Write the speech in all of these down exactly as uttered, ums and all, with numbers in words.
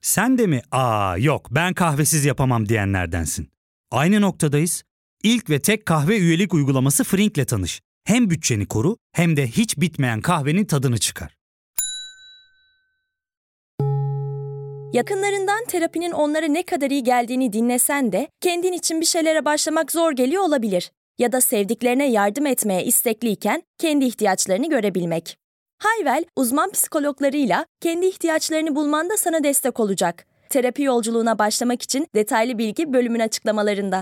Sen de mi "Aa yok ben kahvesiz yapamam" diyenlerdensin? Aynı noktadayız. İlk ve tek kahve üyelik uygulaması Frink'le tanış. Hem bütçeni koru hem de hiç bitmeyen kahvenin tadını çıkar. Yakınlarından terapinin onlara ne kadar iyi geldiğini dinlesen de kendin için bir şeylere başlamak zor geliyor olabilir. Ya da sevdiklerine yardım etmeye istekliyken kendi ihtiyaçlarını görebilmek. Hayvel, uzman psikologlarıyla kendi ihtiyaçlarını bulmanda sana destek olacak. Terapi yolculuğuna başlamak için detaylı bilgi bölümün açıklamalarında.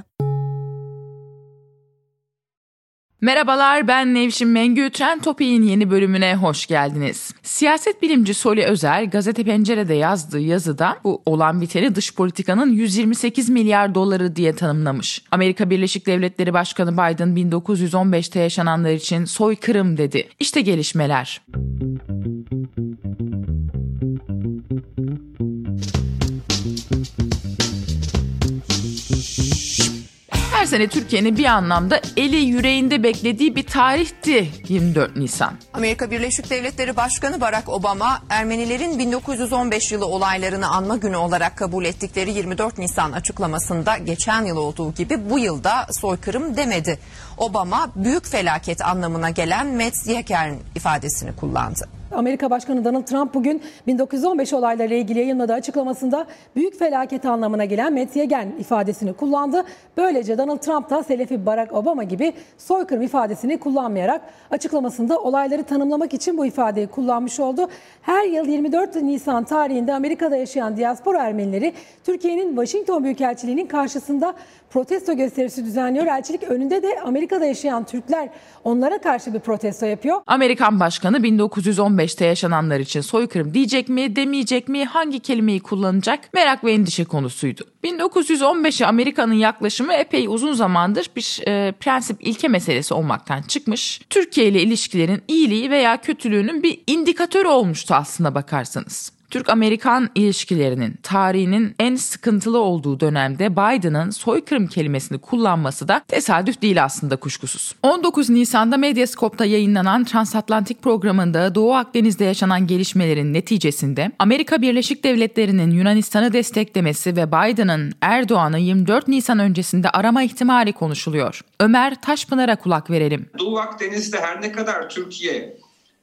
Merhabalar, ben Nevşin Mengü. Trend Topik'in yeni bölümüne hoş geldiniz. Siyaset bilimci Soli Özer, Gazete Pencere'de yazdığı yazıda bu olan biteni dış politikanın yüz yirmi sekiz milyar doları diye tanımlamış. Amerika Birleşik Devletleri Başkanı Biden bin dokuz yüz on beşte yaşananlar için soykırım dedi. İşte gelişmeler. Her sene Türkiye'nin bir anlamda eli yüreğinde beklediği bir tarihti yirmi dört Nisan. Amerika Birleşik Devletleri Başkanı Barack Obama, Ermenilerin bin dokuz yüz on beş yılı olaylarını anma günü olarak kabul ettikleri yirmi dört Nisan açıklamasında geçen yıl olduğu gibi bu yılda soykırım demedi. Obama, büyük felaket anlamına gelen Metzyekern ifadesini kullandı. Amerika Başkanı Donald Trump bugün bin dokuz yüz on beş olaylarıyla ilgili yayınladığı açıklamasında büyük felaket anlamına gelen Metzyekern ifadesini kullandı. Böylece Donald Trump da Selefi Barack Obama gibi soykırım ifadesini kullanmayarak açıklamasında olayları tanımlamak için bu ifadeyi kullanmış oldu. Her yıl yirmi dört Nisan tarihinde Amerika'da yaşayan diaspora Ermenileri Türkiye'nin Washington Büyükelçiliği'nin karşısında protesto gösterisi düzenliyor. Elçilik önünde de Amerika'da yaşayan Türkler onlara karşı bir protesto yapıyor. Amerikan Başkanı bin dokuz yüz on beşte yaşananlar için soykırım diyecek mi, demeyecek mi, hangi kelimeyi kullanacak merak ve endişe konusuydu. bin dokuz yüz on beşe Amerika'nın yaklaşımı epey uzun zamandır bir e, prensip ilke meselesi olmaktan çıkmış. Türkiye ile ilişkilerin iyiliği veya kötülüğünün bir indikatörü olmuştu aslına bakarsanız. Türk-Amerikan ilişkilerinin tarihinin en sıkıntılı olduğu dönemde Biden'ın soykırım kelimesini kullanması da tesadüf değil aslında kuşkusuz. on dokuz Nisan'da Medyascope'da yayınlanan Transatlantik programında Doğu Akdeniz'de yaşanan gelişmelerin neticesinde Amerika Birleşik Devletleri'nin Yunanistan'ı desteklemesi ve Biden'ın Erdoğan'ı yirmi dört Nisan öncesinde arama ihtimali konuşuluyor. Ömer Taşpınar'a kulak verelim. Doğu Akdeniz'de her ne kadar Türkiye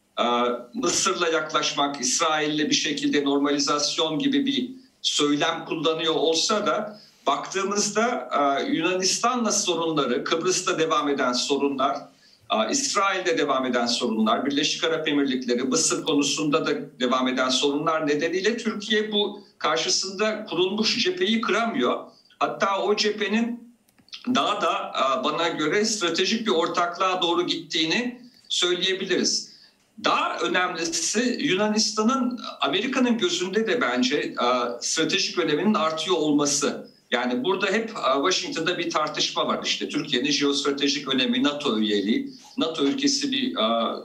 Mısır'la yaklaşmak, İsrail'le bir şekilde normalizasyon gibi bir söylem kullanıyor olsa da baktığımızda Yunanistan'la sorunları, Kıbrıs'ta devam eden sorunlar, İsrail'de devam eden sorunlar, Birleşik Arap Emirlikleri, Mısır konusunda da devam eden sorunlar nedeniyle Türkiye bu karşısında kurulmuş cepheyi kıramıyor. Hatta o cephenin daha da bana göre stratejik bir ortaklığa doğru gittiğini söyleyebiliriz. Daha önemlisi Yunanistan'ın Amerika'nın gözünde de bence stratejik öneminin artıyor olması. Yani burada hep Washington'da bir tartışma var işte Türkiye'nin jeostratejik önemi, NATO üyeliği, NATO ülkesi bir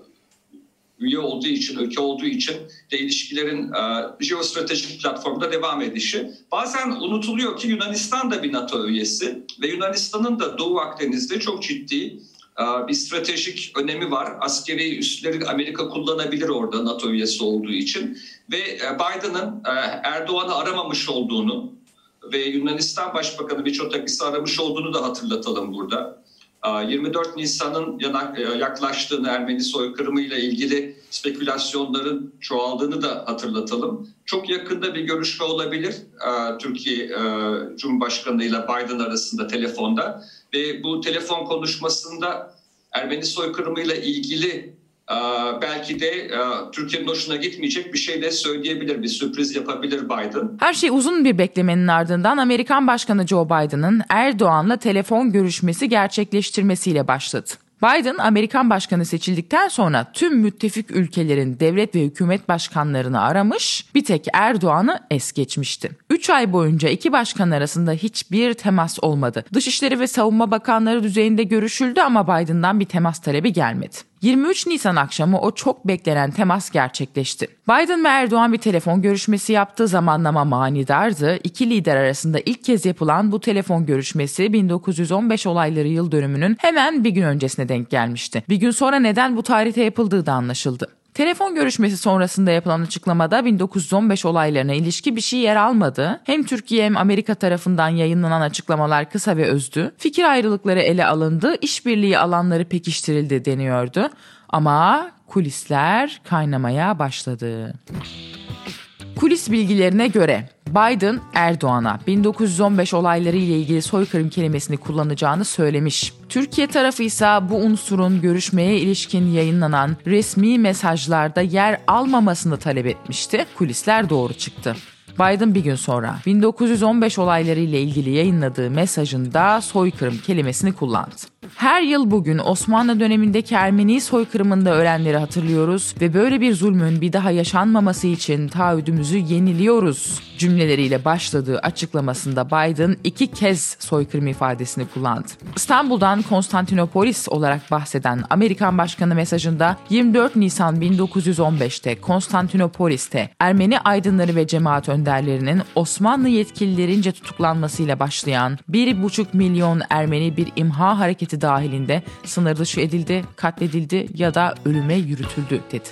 üye olduğu için, ülke olduğu için de ilişkilerin jeostratejik platformda devam edişi. Bazen unutuluyor ki Yunanistan da bir NATO üyesi ve Yunanistan'ın da Doğu Akdeniz'de çok ciddi bir stratejik önemi var. Askeri üsleri Amerika kullanabilir orada NATO üyesi olduğu için. Ve Biden'ın Erdoğan'ı aramamış olduğunu ve Yunanistan Başbakanı Mitsotakis'i aramış olduğunu da hatırlatalım burada. yirmi dört Nisan'ın yaklaştığını, Ermeni soykırımı ile ilgili spekülasyonların çoğaldığını da hatırlatalım. Çok yakında bir görüşme olabilir Türkiye Cumhurbaşkanı ile Biden arasında telefonda. Ve bu telefon konuşmasında Ermeni soykırımı ile ilgili belki de Türkiye'nin hoşuna gitmeyecek bir şey de söyleyebilir, bir sürpriz yapabilir Biden. Her şey uzun bir beklemenin ardından Amerikan Başkanı Joe Biden'ın Erdoğan'la telefon görüşmesi gerçekleştirmesiyle başladı. Biden, Amerikan başkanı seçildikten sonra tüm müttefik ülkelerin devlet ve hükümet başkanlarını aramış, bir tek Erdoğan'ı es geçmişti. Üç ay boyunca iki başkan arasında hiçbir temas olmadı. Dışişleri ve Savunma Bakanları düzeyinde görüşüldü ama Biden'dan bir temas talebi gelmedi. yirmi üç Nisan akşamı o çok beklenen temas gerçekleşti. Biden ve Erdoğan bir telefon görüşmesi yaptığı zamanlama manidardı. İki lider arasında ilk kez yapılan bu telefon görüşmesi bin dokuz yüz on beş olayları yıl dönümünün hemen bir gün öncesine denk gelmişti. Bir gün sonra neden bu tarihte yapıldığı da anlaşıldı. Telefon görüşmesi sonrasında yapılan açıklamada bin dokuz yüz on beş olaylarına ilişki bir şey yer almadı. Hem Türkiye hem Amerika tarafından yayınlanan açıklamalar kısa ve özdü. Fikir ayrılıkları ele alındı, işbirliği alanları pekiştirildi deniyordu. Ama kulisler kaynamaya başladı. Kulis bilgilerine göre Biden, Erdoğan'a bin dokuz yüz on beş olayları ile ilgili soykırım kelimesini kullanacağını söylemiş. Türkiye tarafı ise bu unsurun görüşmeye ilişkin yayınlanan resmi mesajlarda yer almamasını talep etmişti. Kulisler doğru çıktı. Biden bir gün sonra bin dokuz yüz on beş olayları ile ilgili yayınladığı mesajında soykırım kelimesini kullandı. Her yıl bugün Osmanlı dönemindeki Ermeni soykırımında ölenleri hatırlıyoruz ve böyle bir zulmün bir daha yaşanmaması için taahhüdümüzü yeniliyoruz cümleleriyle başladığı açıklamasında Biden iki kez soykırım ifadesini kullandı. İstanbul'dan Konstantinopolis olarak bahseden Amerikan Başkanı mesajında yirmi dört Nisan bin dokuz yüz on beşte Konstantinopolis'te Ermeni aydınları ve cemaat önderlerinin Osmanlı yetkililerince tutuklanmasıyla başlayan bir buçuk milyon Ermeni bir imha hareketi dahilinde sınır dışı edildi, katledildi ya da ölüme yürütüldü dedi.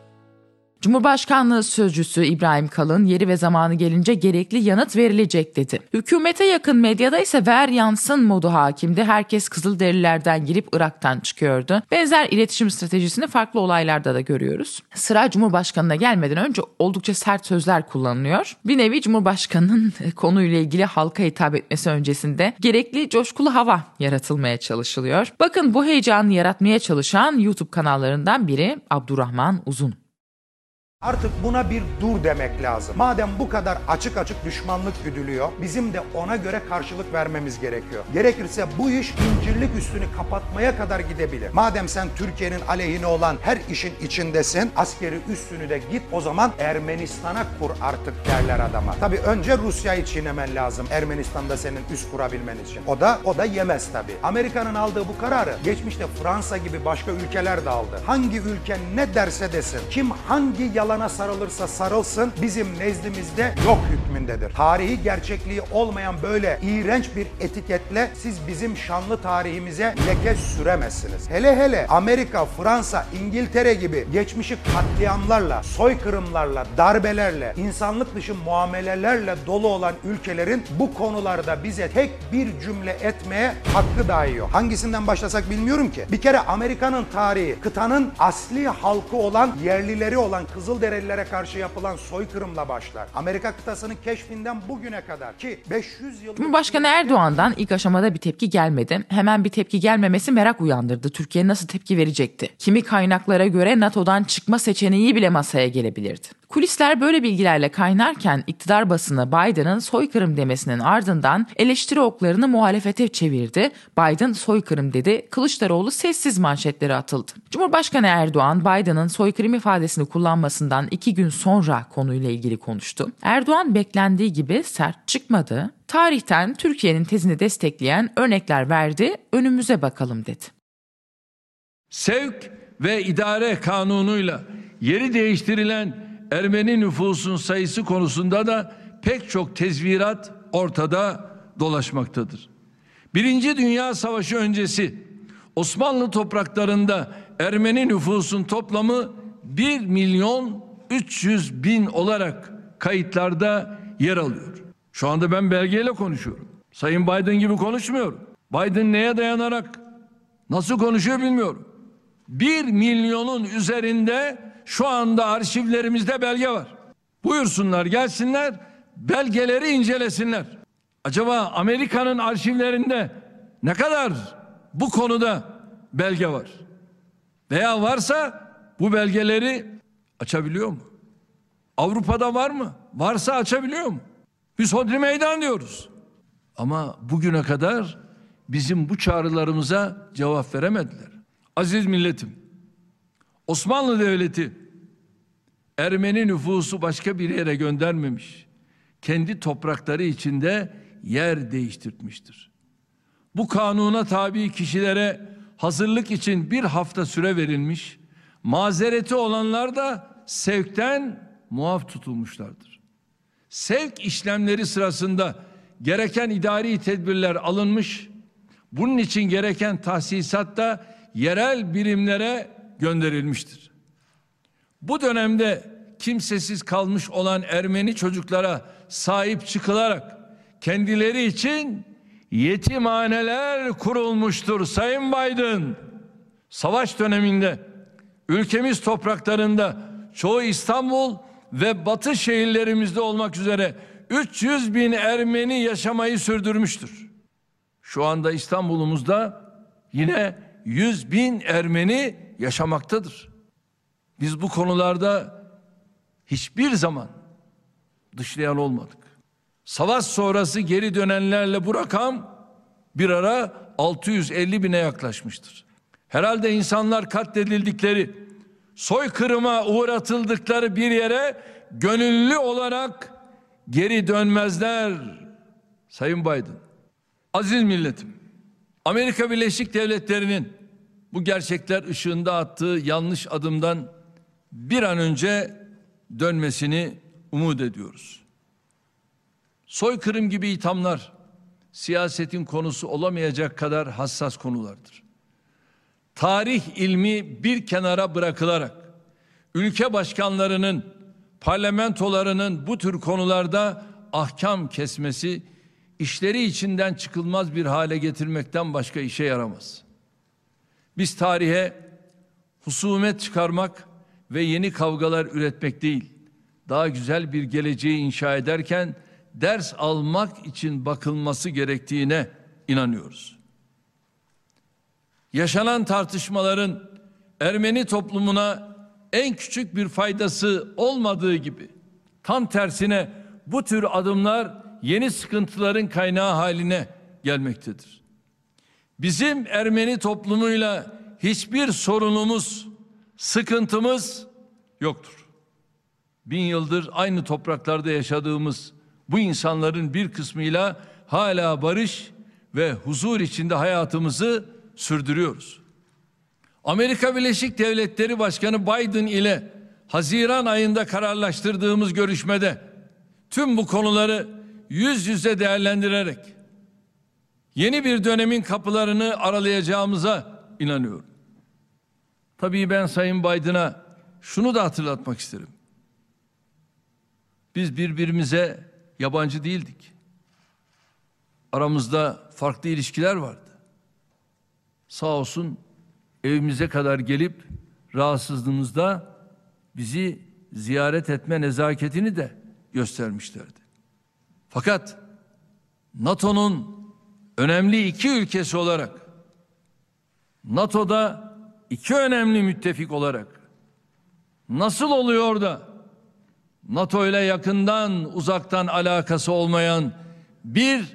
Cumhurbaşkanlığı Sözcüsü İbrahim Kalın yeri ve zamanı gelince gerekli yanıt verilecek dedi. Hükümete yakın medyada ise ver yansın modu hakimdi. Herkes Kızılderililerden girip Irak'tan çıkıyordu. Benzer iletişim stratejisini farklı olaylarda da görüyoruz. Sıra Cumhurbaşkanı'na gelmeden önce oldukça sert sözler kullanılıyor. Bir nevi Cumhurbaşkanı'nın konuyla ilgili halka hitap etmesi öncesinde gerekli coşkulu hava yaratılmaya çalışılıyor. Bakın bu heyecanı yaratmaya çalışan YouTube kanallarından biri Abdurrahman Uzun. Artık buna bir dur demek lazım. Madem bu kadar açık açık düşmanlık güdülüyor, bizim de ona göre karşılık vermemiz gerekiyor. Gerekirse bu iş incirlik üstünü kapatmaya kadar gidebilir. Madem sen Türkiye'nin aleyhine olan her işin içindesin, askeri üstünü de git o zaman Ermenistan'a kur artık derler adama. Tabii önce Rusya'yı çiğnemen lazım Ermenistan'da senin üst kurabilmen için. O da o da yemez tabii. Amerika'nın aldığı bu kararı geçmişte Fransa gibi başka ülkeler de aldı. Hangi ülke ne derse desin, kim hangi yalan sarılırsa sarılsın bizim nezdimizde yok hükmündedir. Tarihi gerçekliği olmayan böyle iğrenç bir etiketle siz bizim şanlı tarihimize leke süremezsiniz. Hele hele Amerika, Fransa, İngiltere gibi geçmişi katliamlarla, soykırımlarla, darbelerle, insanlık dışı muamelelerle dolu olan ülkelerin bu konularda bize tek bir cümle etmeye hakkı dahi yok. Hangisinden başlasak bilmiyorum ki. Bir kere Amerika'nın tarihi, kıtanın asli halkı olan, yerlileri olan Kızılderili Kızılderililere karşı yapılan soykırımla başlar. Amerika kıtasının keşfinden bugüne kadar ki beş yüz yıl... Cumhurbaşkanı Erdoğan'dan ilk aşamada bir tepki gelmedi. Hemen bir tepki gelmemesi merak uyandırdı. Türkiye nasıl tepki verecekti? Kimi kaynaklara göre NATO'dan çıkma seçeneği bile masaya gelebilirdi. Kulisler böyle bilgilerle kaynarken iktidar basını Biden'ın soykırım demesinin ardından eleştiri oklarını muhalefete çevirdi. Biden soykırım dedi, Kılıçdaroğlu sessiz manşetleri atıldı. Cumhurbaşkanı Erdoğan Biden'ın soykırım ifadesini kullanmasından iki gün sonra konuyla ilgili konuştu. Erdoğan beklendiği gibi sert çıkmadı. Tarihten Türkiye'nin tezini destekleyen örnekler verdi, önümüze bakalım dedi. Sevk ve idare kanunuyla yeri değiştirilen Ermeni nüfusun sayısı konusunda da pek çok tezvirat ortada dolaşmaktadır. Birinci Dünya Savaşı öncesi Osmanlı topraklarında Ermeni nüfusun toplamı bir milyon üç yüz bin olarak kayıtlarda yer alıyor. Şu anda ben belgeyle konuşuyorum. Sayın Biden gibi konuşmuyorum. Biden neye dayanarak nasıl konuşuyor bilmiyorum. Bir milyonun üzerinde şu anda arşivlerimizde belge var. Buyursunlar gelsinler, belgeleri incelesinler. Acaba Amerika'nın arşivlerinde ne kadar bu konuda belge var? Veya varsa bu belgeleri açabiliyor mu? Avrupa'da var mı? Varsa açabiliyor mu? Biz hodri meydan diyoruz. Ama bugüne kadar bizim bu çağrılarımıza cevap veremediler. Aziz milletim, Osmanlı Devleti Ermeni nüfusu başka bir yere göndermemiş. Kendi toprakları içinde yer değiştirtmiştir. Bu kanuna tabi kişilere hazırlık için bir hafta süre verilmiş. Mazereti olanlar da sevkten muaf tutulmuşlardır. Sevk işlemleri sırasında gereken idari tedbirler alınmış. Bunun için gereken tahsisat da yerel birimlere gönderilmiştir. Bu dönemde kimsesiz kalmış olan Ermeni çocuklara sahip çıkılarak kendileri için yetimhaneler kurulmuştur Sayın Biden. Savaş döneminde ülkemiz topraklarında çoğu İstanbul ve Batı şehirlerimizde olmak üzere üç yüz bin Ermeni yaşamayı sürdürmüştür. Şu anda İstanbul'umuzda yine yüz bin Ermeni yaşamaktadır. Biz bu konularda hiçbir zaman dışlayan olmadık. Savaş sonrası geri dönenlerle bu rakam bir ara altı yüz elli bine yaklaşmıştır. Herhalde insanlar katledildikleri, soykırıma uğratıldıkları bir yere gönüllü olarak geri dönmezler. Sayın Biden, aziz milletim, Amerika Birleşik Devletleri'nin bu gerçekler ışığında attığı yanlış adımdan bir an önce dönmesini umut ediyoruz. Soykırım gibi ithamlar siyasetin konusu olamayacak kadar hassas konulardır. Tarih ilmi bir kenara bırakılarak ülke başkanlarının, parlamentolarının bu tür konularda ahkam kesmesi işleri içinden çıkılmaz bir hale getirmekten başka işe yaramaz. Biz tarihe husumet çıkarmak ve yeni kavgalar üretmek değil, daha güzel bir geleceği inşa ederken ders almak için bakılması gerektiğine inanıyoruz. Yaşanan tartışmaların Ermeni toplumuna en küçük bir faydası olmadığı gibi tam tersine bu tür adımlar yeni sıkıntıların kaynağı haline gelmektedir. Bizim Ermeni toplumuyla hiçbir sorunumuz, sıkıntımız yoktur. Bin yıldır aynı topraklarda yaşadığımız bu insanların bir kısmıyla hala barış ve huzur içinde hayatımızı sürdürüyoruz. Amerika Birleşik Devletleri Başkanı Biden ile Haziran ayında kararlaştırdığımız görüşmede tüm bu konuları yüz yüze değerlendirerek yeni bir dönemin kapılarını aralayacağımıza inanıyorum. Tabii ben Sayın Biden'a şunu da hatırlatmak isterim. Biz birbirimize yabancı değildik. Aramızda farklı ilişkiler vardı. Sağ olsun evimize kadar gelip rahatsızlığımızda bizi ziyaret etme nezaketini de göstermişlerdi. Fakat NATO'nun önemli iki ülkesi olarak, NATO'da iki önemli müttefik olarak nasıl oluyor da NATO ile yakından uzaktan alakası olmayan bir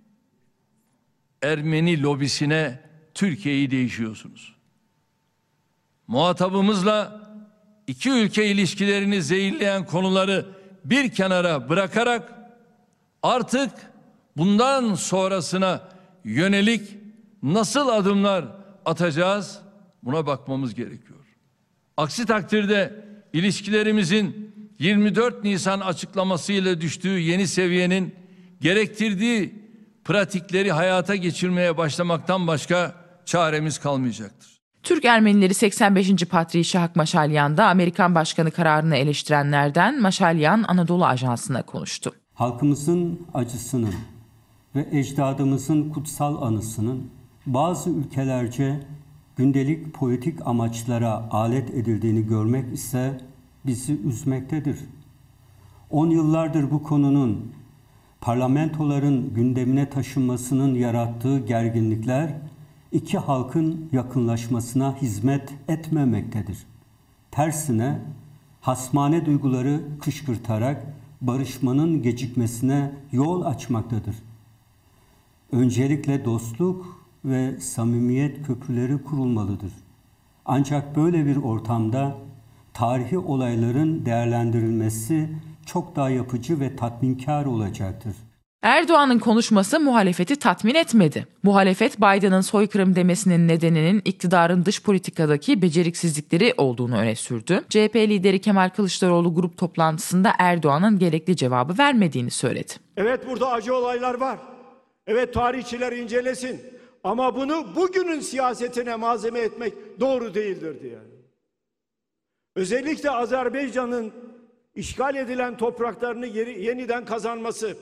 Ermeni lobisine Türkiye'yi değişiyorsunuz? Muhatabımızla iki ülke ilişkilerini zehirleyen konuları bir kenara bırakarak artık bundan sonrasına yönelik nasıl adımlar atacağız, buna bakmamız gerekiyor. Aksi takdirde ilişkilerimizin yirmi dört Nisan açıklamasıyla düştüğü yeni seviyenin gerektirdiği pratikleri hayata geçirmeye başlamaktan başka çaremiz kalmayacaktır. Türk Ermenileri seksen beşinci Patriği Şahak Maşalyan da Amerikan Başkanı kararını eleştirenlerden. Maşalyan Anadolu Ajansı'na konuştu. Halkımızın acısının ve ecdadımızın kutsal anısının bazı ülkelerce gündelik politik amaçlara alet edildiğini görmek ise bizi üzmektedir. On yıllardır bu konunun parlamentoların gündemine taşınmasının yarattığı gerginlikler iki halkın yakınlaşmasına hizmet etmemektedir. Tersine hasmane duyguları kışkırtarak barışmanın gecikmesine yol açmaktadır. Öncelikle dostluk ve samimiyet köprüleri kurulmalıdır. Ancak böyle bir ortamda tarihi olayların değerlendirilmesi çok daha yapıcı ve tatminkar olacaktır. Erdoğan'ın konuşması muhalefeti tatmin etmedi. Muhalefet Biden'ın soykırım demesinin nedeninin iktidarın dış politikadaki beceriksizlikleri olduğunu öne sürdü. C H P lideri Kemal Kılıçdaroğlu grup toplantısında Erdoğan'ın gerekli cevabı vermediğini söyledi. Evet, burada acı olaylar var. Evet, tarihçiler incelesin. Ama bunu bugünün siyasetine malzeme etmek doğru değildir diye. özellikle Azerbaycan'ın işgal edilen topraklarını geri, yeniden kazanması,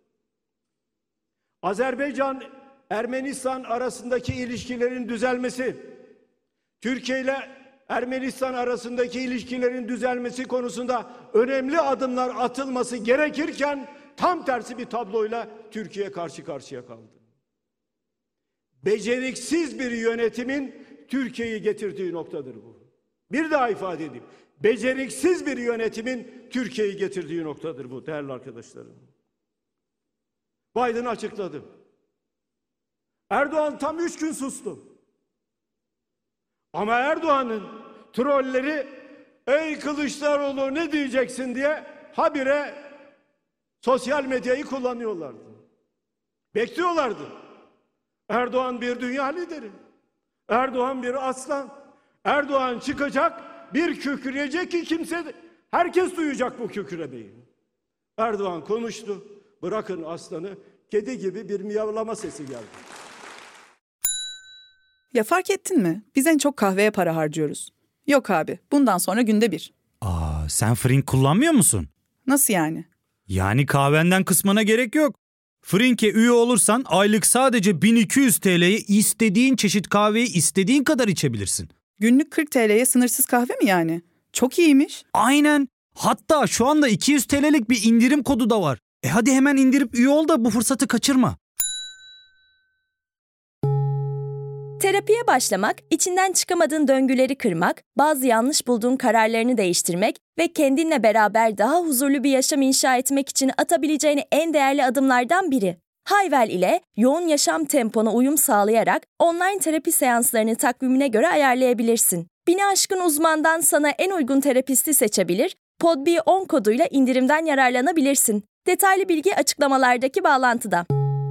Azerbaycan-Ermenistan arasındaki ilişkilerin düzelmesi, Türkiye ile Ermenistan arasındaki ilişkilerin düzelmesi konusunda önemli adımlar atılması gerekirken tam tersi bir tabloyla Türkiye karşı karşıya kaldı. Beceriksiz bir yönetimin Türkiye'yi getirdiği noktadır bu. Bir daha ifade edeyim. Beceriksiz bir yönetimin Türkiye'yi getirdiği noktadır bu değerli arkadaşlarım. Biden açıkladı. Erdoğan tam üç gün sustu. Ama Erdoğan'ın trolleri ey Kılıçdaroğlu ne diyeceksin diye habire sosyal medyayı kullanıyorlardı. Bekliyorlardı. Erdoğan bir dünya lideri. Erdoğan bir aslan. Erdoğan çıkacak, bir kükreyecek ki kimse, herkes duyacak bu kükremeyi. Erdoğan konuştu. Bırakın aslanı, kedi gibi bir miyavlama sesi geldi. Ya fark ettin mi? Biz en çok kahveye para harcıyoruz. Yok abi, bundan sonra günde bir. Aa, sen Frink kullanmıyor musun? Nasıl yani? Yani kahvenden kısmına gerek yok. Frink'e üye olursan aylık sadece bin iki yüz T L'ye istediğin çeşit kahveyi istediğin kadar içebilirsin. Günlük kırk T L'ye sınırsız kahve mi yani? Çok iyiymiş. Aynen. Hatta şu anda iki yüz T L'lik bir indirim kodu da var. E hadi hemen indirip üye ol da bu fırsatı kaçırma. Terapiye başlamak, içinden çıkamadığın döngüleri kırmak, bazı yanlış bulduğun kararlarını değiştirmek ve kendinle beraber daha huzurlu bir yaşam inşa etmek için atabileceğin en değerli adımlardan biri. Hayvel ile yoğun yaşam tempona uyum sağlayarak online terapi seanslarını takvimine göre ayarlayabilirsin. Bini aşkın uzmandan sana en uygun terapisti seçebilir, Podb on koduyla indirimden yararlanabilirsin. Detaylı bilgi açıklamalardaki bağlantıda.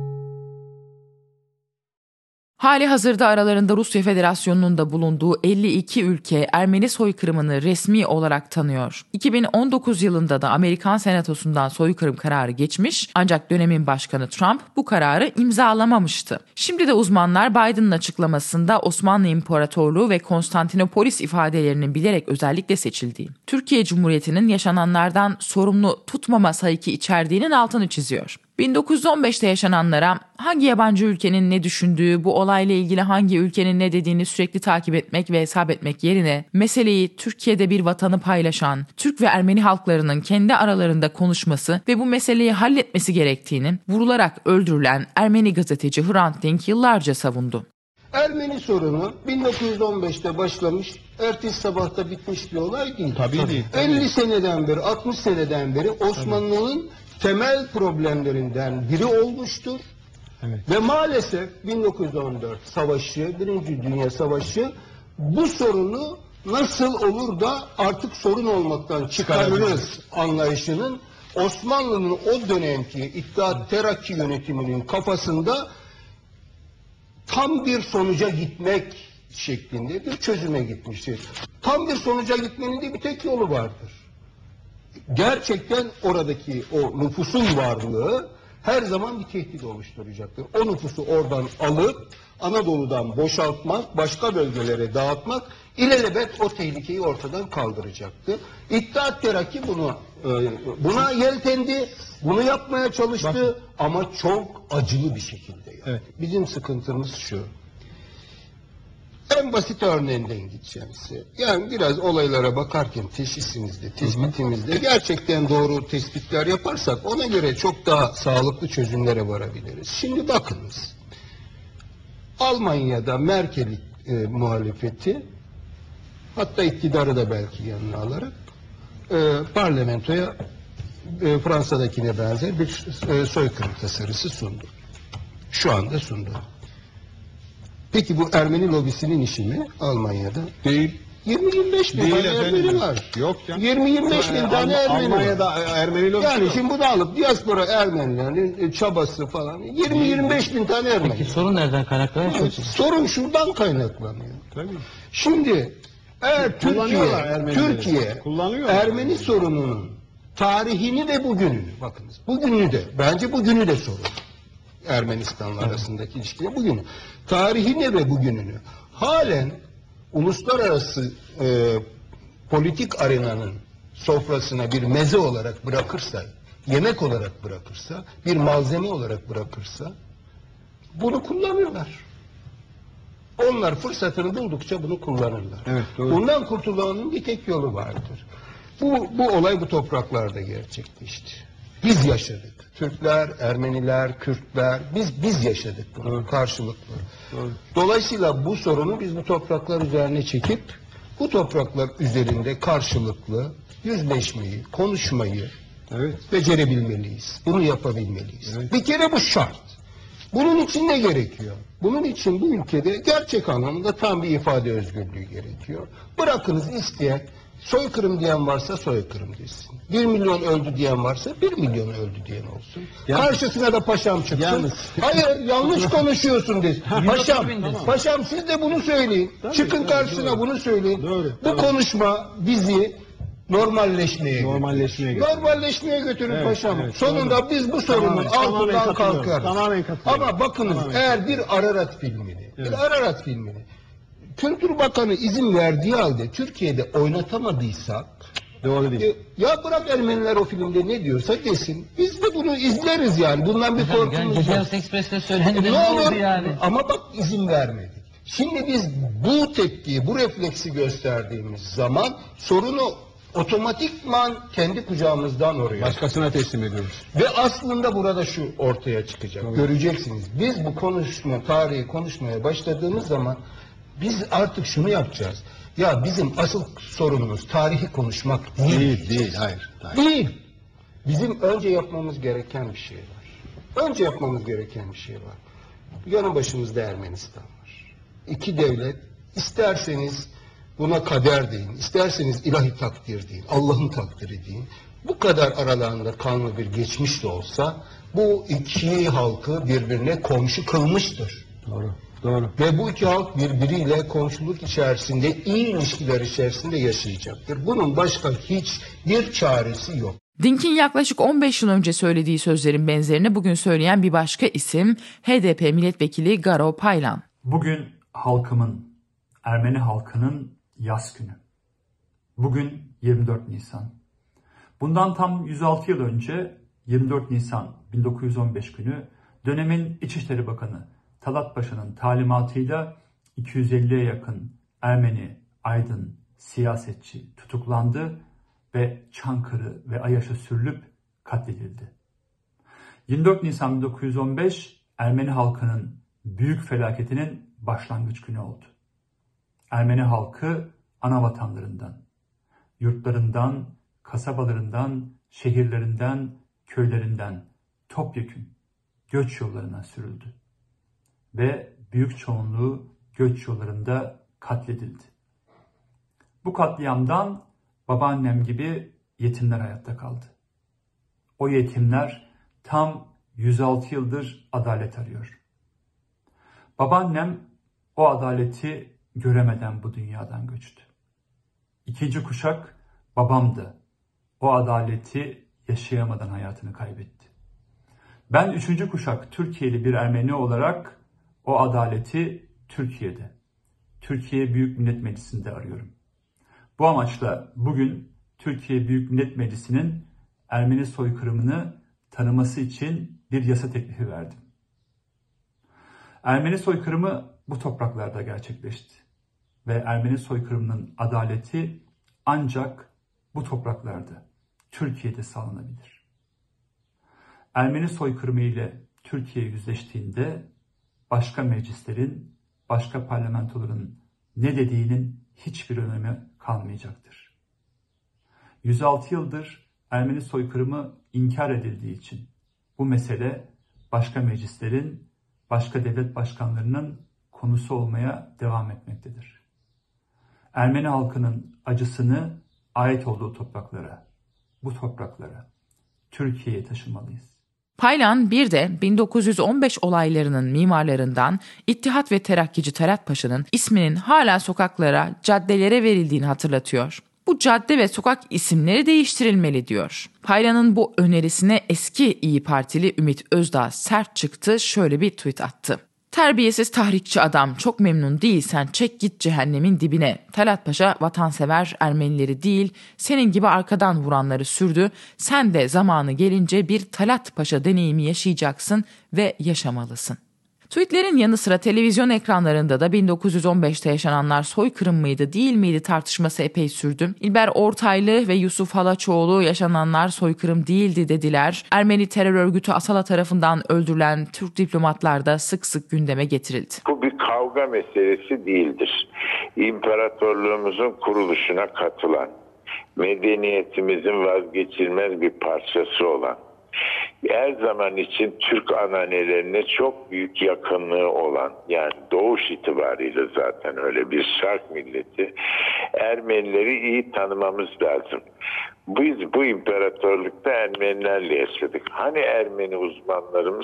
Hali hazırda aralarında Rusya Federasyonu'nun da bulunduğu elli iki ülke Ermeni soykırımını resmi olarak tanıyor. iki bin on dokuz yılında da Amerikan Senatosu'ndan soykırım kararı geçmiş, ancak dönemin başkanı Trump bu kararı imzalamamıştı. Şimdi de uzmanlar Biden'ın açıklamasında Osmanlı İmparatorluğu ve Konstantinopolis ifadelerinin bilerek özellikle seçildiği, Türkiye Cumhuriyeti'nin yaşananlardan sorumlu tutmama sayıkı içerdiğinin altını çiziyor. bin dokuz yüz on beşte yaşananlara hangi yabancı ülkenin ne düşündüğü, bu olayla ilgili hangi ülkenin ne dediğini sürekli takip etmek ve hesap etmek yerine meseleyi Türkiye'de bir vatanı paylaşan Türk ve Ermeni halklarının kendi aralarında konuşması ve bu meseleyi halletmesi gerektiğini vurularak öldürülen Ermeni gazeteci Hrant Dink yıllarca savundu. Ermeni sorunu bin dokuz yüz on beşte başlamış, ertesi sabahta bitmiş bir olay değil. Tabii, tabii değil. Tabii. elli seneden beri, altmış seneden beri Osmanlı'nın temel problemlerinden biri olmuştur. Evet. Ve maalesef bin dokuz yüz on dört savaşı, Birinci Dünya Savaşı bu sorunu nasıl olur da artık sorun olmaktan çıkarırız anlayışının Osmanlı'nın o dönemki İttihat Terakki yönetiminin kafasında tam bir sonuca gitmek şeklinde bir çözüme gitmiştir. Tam bir sonuca gitmenin de bir tek yolu vardır. Gerçekten oradaki o nüfusun varlığı her zaman bir tehdit oluşturacaktır. O nüfusu oradan alıp Anadolu'dan boşaltmak, başka bölgelere dağıtmak ilelebet o tehlikeyi ortadan kaldıracaktı. İttihat Terakki bunu buna yeltendi, bunu yapmaya çalıştı. Bakın. Ama çok acılı bir şekilde. Yani. Evet. Bizim sıkıntımız şu. En basit örneğinden gideceğim size. Yani biraz olaylara bakarken teşhisimizde, tespitimizde gerçekten doğru tespitler yaparsak ona göre çok daha sağlıklı çözümlere varabiliriz. Şimdi bakınız. Almanya'da Merkel e, muhalefeti, hatta iktidarı da belki yanına alarak e, parlamentoya e, Fransa'dakine benzer bir e, soykırım tasarısı sundu. Şu anda sundu. Peki bu Ermeni lobisinin işi mi Almanya'da? Değil. yirmi yirmi beş bin tane Ermeni var. Yok ya. yirmi yirmi beş bin tane Ermeni Almanya'da var. Ermeni lobisi Yani yok. şimdi bunu alıp diaspora Ermenilerin çabası falan yirmi yirmi beş bin tane Ermeni. Peki sorun nereden kaynaklanıyor? Evet, sorun şuradan kaynaklanıyor. Tabii. Şimdi eğer Türkiye, Türkiye Ermeni sorununun tarihini ve bugününü, bakınız bugününü de, bence bugünü de sorun. Ermenistan'la arasındaki ilişkileri bugünü. Tarihini ve bugününü halen uluslararası e, politik arenanın sofrasına bir meze olarak bırakırsa, yemek olarak bırakırsa, bir malzeme olarak bırakırsa bunu kullanırlar. Onlar fırsatını buldukça bunu kullanırlar. Evet, doğru. Bundan kurtulmanın bir tek yolu vardır. Bu, bu olay bu topraklarda gerçekleşti. Biz yaşadık. Türkler, Ermeniler, Kürtler, biz biz yaşadık bunu doğru. Karşılıklı. Doğru. Dolayısıyla bu sorunu biz bu topraklar üzerine çekip bu topraklar üzerinde karşılıklı yüzleşmeyi, konuşmayı evet. becerebilmeliyiz. Bunu yapabilmeliyiz. Evet. Bir kere bu şart. Bunun için ne gerekiyor? Bunun için bu ülkede gerçek anlamda tam bir ifade özgürlüğü gerekiyor. Bırakınız isteyen, soykırım diyen varsa soykırım desin. Bir milyon öldü diyen varsa bir milyon öldü diyen olsun. Yalnız, Karşısına da paşam çıksın. Yalnız. Hayır yanlış konuşuyorsun desin. Paşam, tamam. paşam siz de bunu söyleyin. Tabii, Çıkın tabii, karşısına doğru. bunu söyleyin. Doğru, bu doğru. konuşma bizi normalleşmeye normalleşmeye götürün. Normalleşmeye götürün evet, paşam. Evet, Sonunda doğru. biz bu sorunun tamamen, altından kalkarız. Tamamen Ama bakınız tamamen eğer bir Ararat filmini, evet. bir Ararat filmini Kültür Bakanı izin verdiği halde Türkiye'de oynatamadıysak doğru değil. E, ya bırak Ermeniler o filmde ne diyorsa desin. Biz de bunu izleriz yani. Bundan bir korkumuz yok. Gece Express'te söylendi ne oldu yani. Ama bak izin vermedik. Şimdi biz bu tepkiyi, bu refleksi gösterdiğimiz zaman sorunu otomatikman kendi kucağımızdan oraya başkasına teslim ediyoruz. Ve aslında burada şu ortaya çıkacak. Tabii. Göreceksiniz. Biz bu konuşma, tarihi konuşmaya başladığımız zaman biz artık şunu yapacağız. Ya bizim asıl sorunumuz tarihi konuşmak değil. Değil, değil, hayır. hayır. Değil. Bizim önce yapmamız gereken bir şey var. Önce yapmamız gereken bir şey var. Yanı başımızda Ermenistan var. İki devlet, isterseniz buna kader deyin, isterseniz ilahi takdir deyin, Allah'ın takdiri deyin. Bu kadar aralarında kanlı bir geçmiş de olsa bu iki halkı birbirine komşu kılmıştır. Doğru. Doğru. Ve bu iki halk birbiriyle komşuluk içerisinde, iyi ilişkiler içerisinde yaşayacaktır. Bunun başka hiçbir çaresi yok. Dink'in yaklaşık on beş yıl önce söylediği sözlerin benzerini bugün söyleyen bir başka isim H D P milletvekili Garo Paylan. Bugün halkımın, Ermeni halkının yas günü. Bugün yirmi dört Nisan. Bundan tam yüz altı yıl önce yirmi dört Nisan bin dokuz yüz on beş günü dönemin İçişleri Bakanı Talat Paşa'nın talimatıyla iki yüz elliye yakın Ermeni, aydın, siyasetçi tutuklandı ve Çankırı ve Ayaş'a sürülüp katledildi. yirmi dört Nisan bin dokuz yüz on beş Ermeni halkının büyük felaketinin başlangıç günü oldu. Ermeni halkı ana vatanlarından, yurtlarından, kasabalarından, şehirlerinden, köylerinden topyekün göç yollarına sürüldü. Ve büyük çoğunluğu göç yollarında katledildi. Bu katliamdan babaannem gibi yetimler hayatta kaldı. O yetimler tam yüz altı yıldır adalet arıyor. Babaannem o adaleti göremeden bu dünyadan göçtü. İkinci kuşak babam da o adaleti yaşayamadan hayatını kaybetti. Ben üçüncü kuşak Türkiye'li bir Ermeni olarak o adaleti Türkiye'de, Türkiye Büyük Millet Meclisi'nde arıyorum. Bu amaçla bugün Türkiye Büyük Millet Meclisi'nin Ermeni soykırımını tanıması için bir yasa teklifi verdim. Ermeni soykırımı bu topraklarda gerçekleşti ve Ermeni soykırımının adaleti ancak bu topraklarda, Türkiye'de sağlanabilir. Ermeni soykırımı ile Türkiye yüzleştiğinde başka meclislerin, başka parlamentoların ne dediğinin hiçbir önemi kalmayacaktır. yüz altı yıldır Ermeni soykırımı inkar edildiği için bu mesele başka meclislerin, başka devlet başkanlarının konusu olmaya devam etmektedir. Ermeni halkının acısını ait olduğu topraklara, bu topraklara, Türkiye'ye taşımalıyız. Paylan bir de bin dokuz yüz on beş olaylarının mimarlarından İttihat ve Terakkici Talat Paşa'nın isminin hala sokaklara, caddelere verildiğini hatırlatıyor. Bu cadde ve sokak isimleri değiştirilmeli diyor. Paylan'ın bu önerisine eski İyi Partili Ümit Özdağ sert çıktı, şöyle bir tweet attı. Terbiyesiz tahrikçi adam, çok memnun değilsen çek git cehennemin dibine. Talat Paşa vatansever Ermenileri değil, senin gibi arkadan vuranları sürdü. Sen de zamanı gelince bir Talat Paşa deneyimi yaşayacaksın ve yaşamalısın. Tweetlerin yanı sıra televizyon ekranlarında da bin dokuz yüz on beşte yaşananlar soykırım mıydı değil miydi tartışması epey sürdü. İlber Ortaylı ve Yusuf Halaçoğlu yaşananlar soykırım değildi dediler. Ermeni terör örgütü Asala tarafından öldürülen Türk diplomatlar da sık sık gündeme getirildi. Bu bir kavga meselesi değildir. İmparatorluğumuzun kuruluşuna katılan, medeniyetimizin vazgeçilmez bir parçası olan, her zaman için Türk ananelerine çok büyük yakınlığı olan, yani doğuş itibariyle zaten öyle bir şark milleti, Ermenileri iyi tanımamız lazım. Biz bu imparatorlukta Ermenilerle yaşadık. Hani Ermeni uzmanlarımız?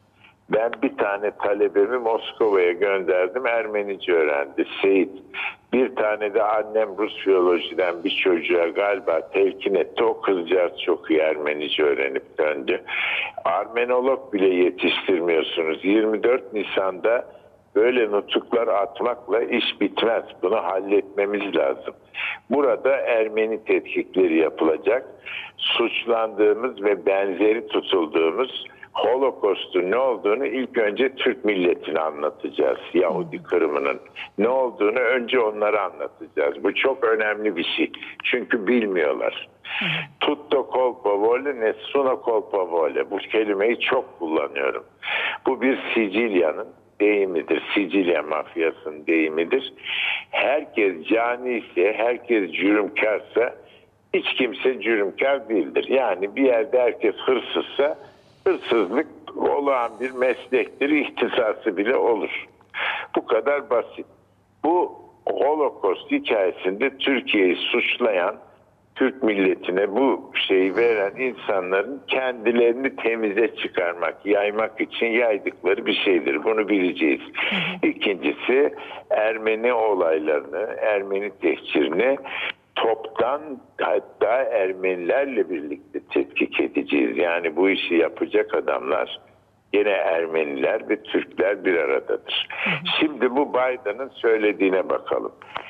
Ben bir tane talebemi Moskova'ya gönderdim, Ermenice öğrendi, Seyit. Bir tane de annem Rus filolojiden bir çocuğa galiba telkin etti. O kızcağız çok iyi Ermenice öğrenip döndü. Armenolog bile yetiştirmiyorsunuz. yirmi dört Nisan'da böyle nutuklar atmakla iş bitmez. Bunu halletmemiz lazım. Burada Ermeni tetkikleri yapılacak. Suçlandığımız ve benzeri tutulduğumuz Holokost'un ne olduğunu ilk önce Türk milletine anlatacağız. Yahudi kırımının ne olduğunu önce onlara anlatacağız. Bu çok önemli bir şey. Çünkü bilmiyorlar. Tutto colpa vole, nessuno colpa vole. Bu kelimeyi çok kullanıyorum. Bu bir Sicilya'nın deyimidir. Sicilya mafyasının deyimidir. Herkes cani ise, herkes cürümkarsa hiç kimse cürümkar değildir. Yani bir yerde herkes hırsızsa hırsızlık olağan bir meslektir, ihtisası bile olur. Bu kadar basit. Bu Holocaust hikayesinde Türkiye'yi suçlayan, Türk milletine bu şeyi veren insanların kendilerini temize çıkarmak, yaymak için yaydıkları bir şeydir. Bunu bileceğiz. İkincisi, Ermeni olaylarını, Ermeni tehcirini toptan, hatta Ermenilerle birlikte tetkik edeceğiz. Yani bu işi yapacak adamlar gene Ermeniler ve Türkler bir aradadır. Şimdi bu Biden'ın söylediğine bakalım.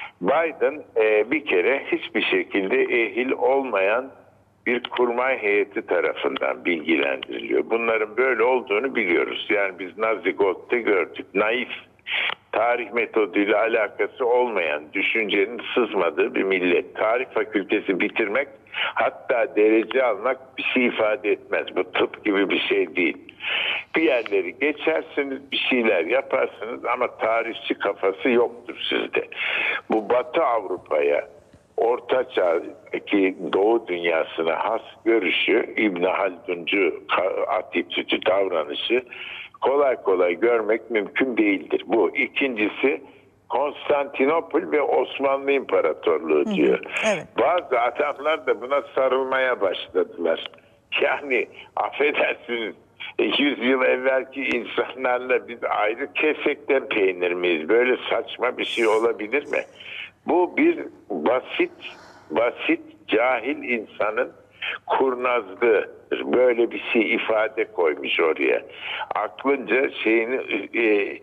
Biden e, bir kere hiçbir şekilde ehil olmayan bir kurmay heyeti tarafından bilgilendiriliyor. Bunların böyle olduğunu biliyoruz. Yani biz Nazi Gold'da gördük. Naif, tarih metoduyla alakası olmayan, düşüncenin sızmadığı bir millet. Tarih fakültesi bitirmek, hatta derece almak bir şey ifade etmez. Bu tıp gibi bir şey değil. Bir yerleri geçersiniz, bir şeyler yaparsınız ama tarihçi kafası yoktur sizde. Bu Batı Avrupa'ya, Orta Çağ'daki Doğu dünyasına has görüşü, İbn Halduncu atitüdü, davranışı kolay kolay görmek mümkün değildir. Bu. İkincisi, Konstantinopol ve Osmanlı İmparatorluğu diyor. Hı hı, evet. Bazı adamlar da buna sarılmaya başladılar. Yani affedersiniz, yüz yıl evvelki insanlarla biz ayrı kesekten peynir miyiz? Böyle saçma bir şey olabilir mi? Bu bir basit, basit, cahil insanın kurnazlığı. Böyle bir şey ifade koymuş oraya. Aklınca şeyini e,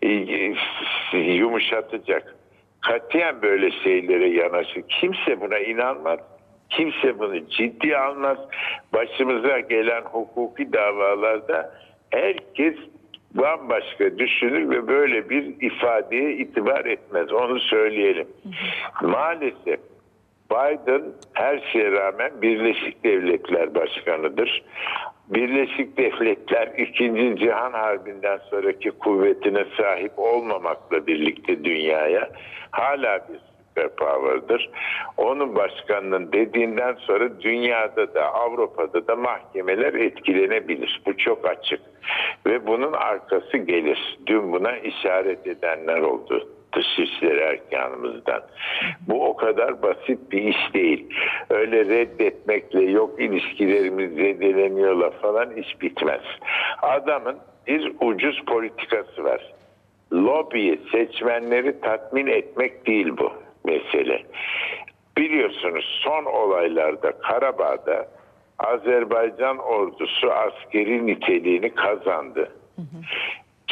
e, yumuşatacak. Katiyen böyle şeylere yanaşır. Kimse buna inanmaz. Kimse bunu ciddi almaz. Başımıza gelen hukuki davalarda herkes bambaşka düşünür ve böyle bir ifadeye itibar etmez. Onu söyleyelim. Maalesef Biden her şeye rağmen Birleşik Devletler Başkanı'dır. Birleşik Devletler İkinci Cihan Harbi'nden sonraki kuvvetine sahip olmamakla birlikte dünyaya hala bir süperpower'dır. Onun başkanının dediğinden sonra dünyada da Avrupa'da da mahkemeler etkilenebilir. Bu çok açık. Ve bunun arkası gelir. Dün buna işaret edenler oldu. Dışişleri Erkanımızdan. Bu o kadar basit bir iş değil. Öyle reddetmekle, yok ilişkilerimiz zedeleniyorlar falan iş bitmez. Adamın bir ucuz politikası var. Lobiyi, seçmenleri tatmin etmek değil bu mesele. Biliyorsunuz son olaylarda Karabağ'da Azerbaycan ordusu askeri niteliğini kazandı. Hı hı.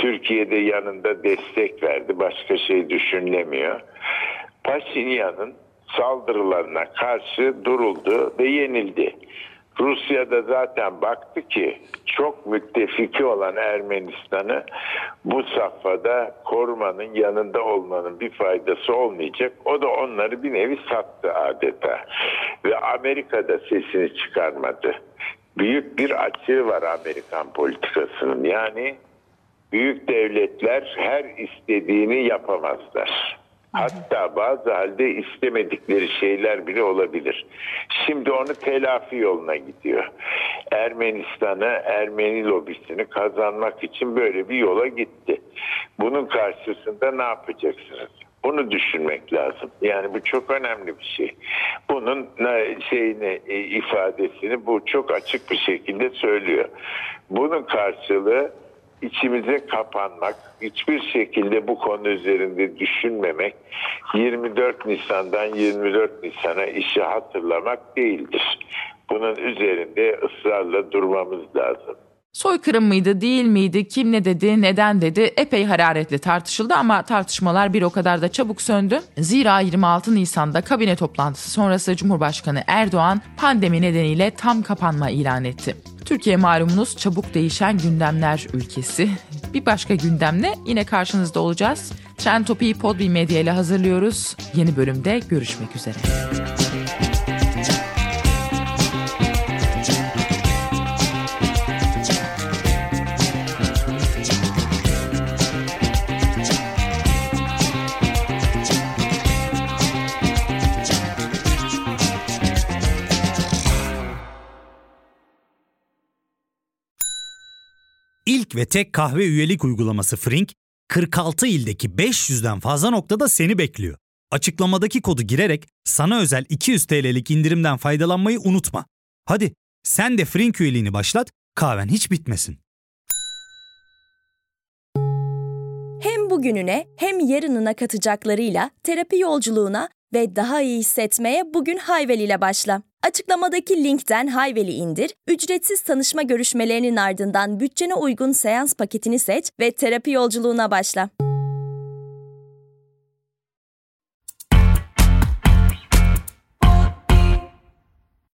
Türkiye'de yanında destek verdi. Başka şey düşünülemiyor. Paşinyan'ın saldırılarına karşı duruldu ve yenildi. Rusya'da zaten baktı ki çok müttefiki olan Ermenistan'ı bu safhada korumanın, yanında olmanın bir faydası olmayacak. O da onları bir nevi sattı adeta. Ve Amerika'da sesini çıkarmadı. Büyük bir açığı var Amerikan politikasının. Yani büyük devletler her istediğini yapamazlar. Hatta bazı halde istemedikleri şeyler bile olabilir. Şimdi onu telafi yoluna gidiyor. Ermenistan'ı, Ermeni lobisini kazanmak için böyle bir yola gitti. Bunun karşısında ne yapacaksınız? Bunu düşünmek lazım. Yani bu çok önemli bir şey. Bunun şeyini, ifadesini bu çok açık bir şekilde söylüyor. Bunun karşılığı İçimize kapanmak, hiçbir şekilde bu konu üzerinde düşünmemek, yirmi dört Nisan'dan yirmi dört Nisan'a işi hatırlamak değildir. Bunun üzerinde ısrarla durmamız lazım. Soykırım mıydı, değil miydi, kim ne dedi, neden dedi epey hararetle tartışıldı ama tartışmalar bir o kadar da çabuk söndü. Zira yirmi altı Nisan'da kabine toplantısı sonrası Cumhurbaşkanı Erdoğan pandemi nedeniyle tam kapanma ilan etti. Türkiye malumunuz çabuk değişen gündemler ülkesi. Bir başka gündemle yine karşınızda olacağız. Trend Topi'yi Podbi Medya ile hazırlıyoruz. Yeni bölümde görüşmek üzere. İlk ve tek kahve üyelik uygulaması Frink, kırk altı ildeki beş yüzden fazla noktada seni bekliyor. Açıklamadaki kodu girerek sana özel iki yüz TL'lik indirimden faydalanmayı unutma. Hadi sen de Frink üyeliğini başlat, kahven hiç bitmesin. Hem bugününe hem yarınına katacaklarıyla terapi yolculuğuna ve daha iyi hissetmeye bugün Hayvel ile başla. Açıklamadaki linkten Hayvel'i indir, ücretsiz tanışma görüşmelerinin ardından bütçene uygun seans paketini seç ve terapi yolculuğuna başla.